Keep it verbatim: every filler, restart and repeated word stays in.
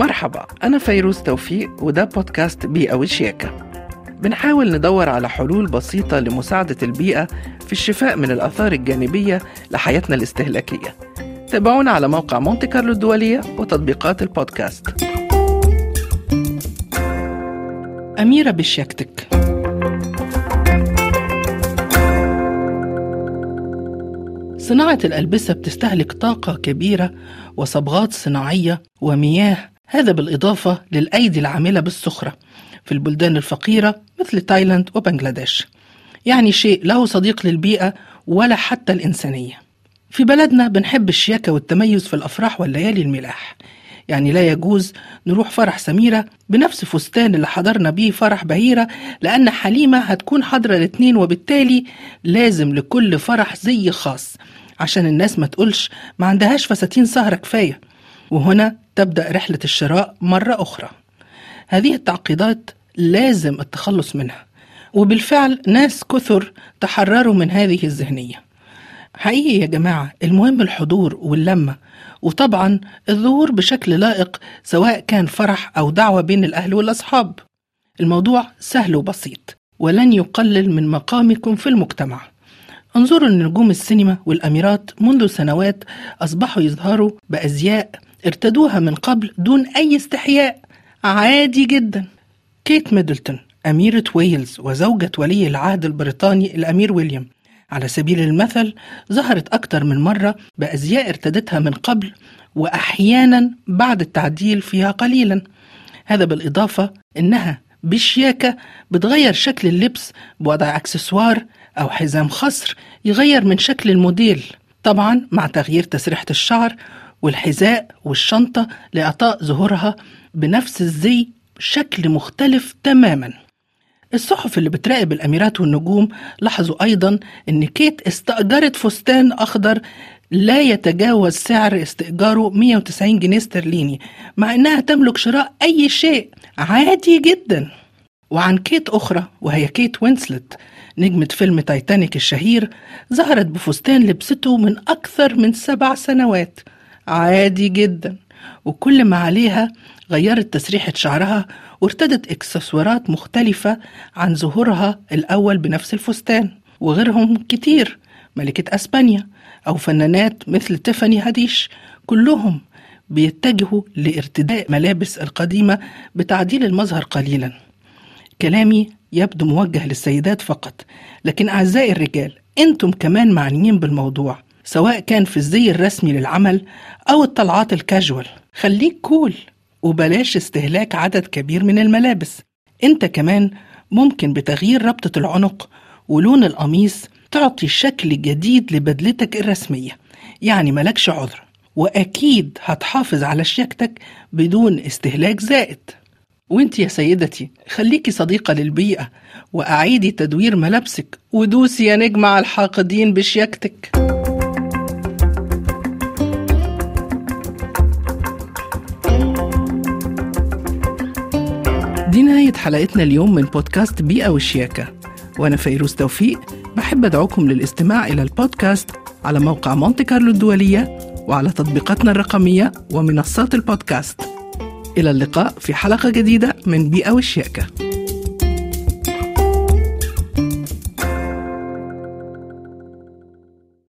مرحبا، أنا فيروز توفيق وده بودكاست بيئة وشياكة. بنحاول ندور على حلول بسيطة لمساعدة البيئة في الشفاء من الآثار الجانبية لحياتنا الاستهلاكية. تابعونا على موقع مونتي كارلو الدولية وتطبيقات البودكاست. أميرة بشياكتك. صناعة الألبسة بتستهلك طاقة كبيرة وصبغات صناعية ومياه، هذا بالإضافة للأيدي العاملة بالصخرة في البلدان الفقيرة مثل تايلاند وبنغلاديش. يعني شيء له صديق للبيئة ولا حتى الإنسانية. في بلدنا بنحب الشياكة والتميز في الأفراح والليالي الملاح، يعني لا يجوز نروح فرح سميرة بنفس فستان اللي حضرنا بيه فرح بهيرة، لأن حليمة هتكون حضرة الاثنين، وبالتالي لازم لكل فرح زي خاص عشان الناس ما تقولش ما عندهاش فساتين سهرة كفاية. وهنا تبدأ رحلة الشراء مرة أخرى. هذه التعقيدات لازم التخلص منها، وبالفعل ناس كثر تحرروا من هذه الذهنية. حقيقي يا جماعة، المهم الحضور واللمة، وطبعا الظهور بشكل لائق سواء كان فرح أو دعوة بين الأهل والأصحاب. الموضوع سهل وبسيط ولن يقلل من مقامكم في المجتمع. انظروا لنجوم السينما والأميرات منذ سنوات أصبحوا يظهروا بأزياء ارتدوها من قبل دون أي استحياء، عادي جدا. كيت ميدلتون أميرة ويلز وزوجة ولي العهد البريطاني الأمير ويليام على سبيل المثل ظهرت أكتر من مرة بأزياء ارتدتها من قبل، وأحيانا بعد التعديل فيها قليلا. هذا بالإضافة إنها بشياكة بتغير شكل اللبس بوضع أكسسوار أو حزام خصر يغير من شكل الموديل، طبعا مع تغيير تسريحة الشعر والحذاء والشنطة لإعطاء ظهورها بنفس الزي شكل مختلف تماما. الصحف اللي بتراقب الأميرات والنجوم لاحظوا أيضا أن كيت استأجرت فستان أخضر لا يتجاوز سعر استئجاره مئة وتسعين جنيه استرليني، مع أنها تملك شراء أي شيء عادي جدا. وعن كيت أخرى وهي كيت وينسلت نجمة فيلم تايتانيك الشهير، ظهرت بفستان لبسته من أكثر من سبع سنوات عادي جدا، وكل ما عليها غيرت تسريحة شعرها وارتدت اكسسوارات مختلفة عن ظهورها الأول بنفس الفستان. وغيرهم كتير، ملكة أسبانيا أو فنانات مثل تيفاني هاديش، كلهم بيتجهوا لارتداء ملابس القديمة بتعديل المظهر قليلا. كلامي يبدو موجه للسيدات فقط، لكن أعزائي الرجال أنتم كمان معنيين بالموضوع، سواء كان في الزي الرسمي للعمل أو الطلعات الكاجوال. خليك كول وبلاش استهلاك عدد كبير من الملابس. انت كمان ممكن بتغيير ربطة العنق ولون القميص تعطي شكل جديد لبدلتك الرسمية، يعني ملكش عذر، وأكيد هتحافظ على شياكتك بدون استهلاك زائد. وانت يا سيدتي خليكي صديقة للبيئة وأعيدي تدوير ملابسك ودوسي يا نجمة على الحاقدين بشياكتك. دي نهاية حلقتنا اليوم من بودكاست بيئة وشياكة، وأنا فيروز توفيق. بحب أدعوكم للاستماع إلى البودكاست على موقع مونتي كارلو الدولية وعلى تطبيقاتنا الرقمية ومنصات البودكاست. إلى اللقاء في حلقة جديدة من بيئة وشياكة.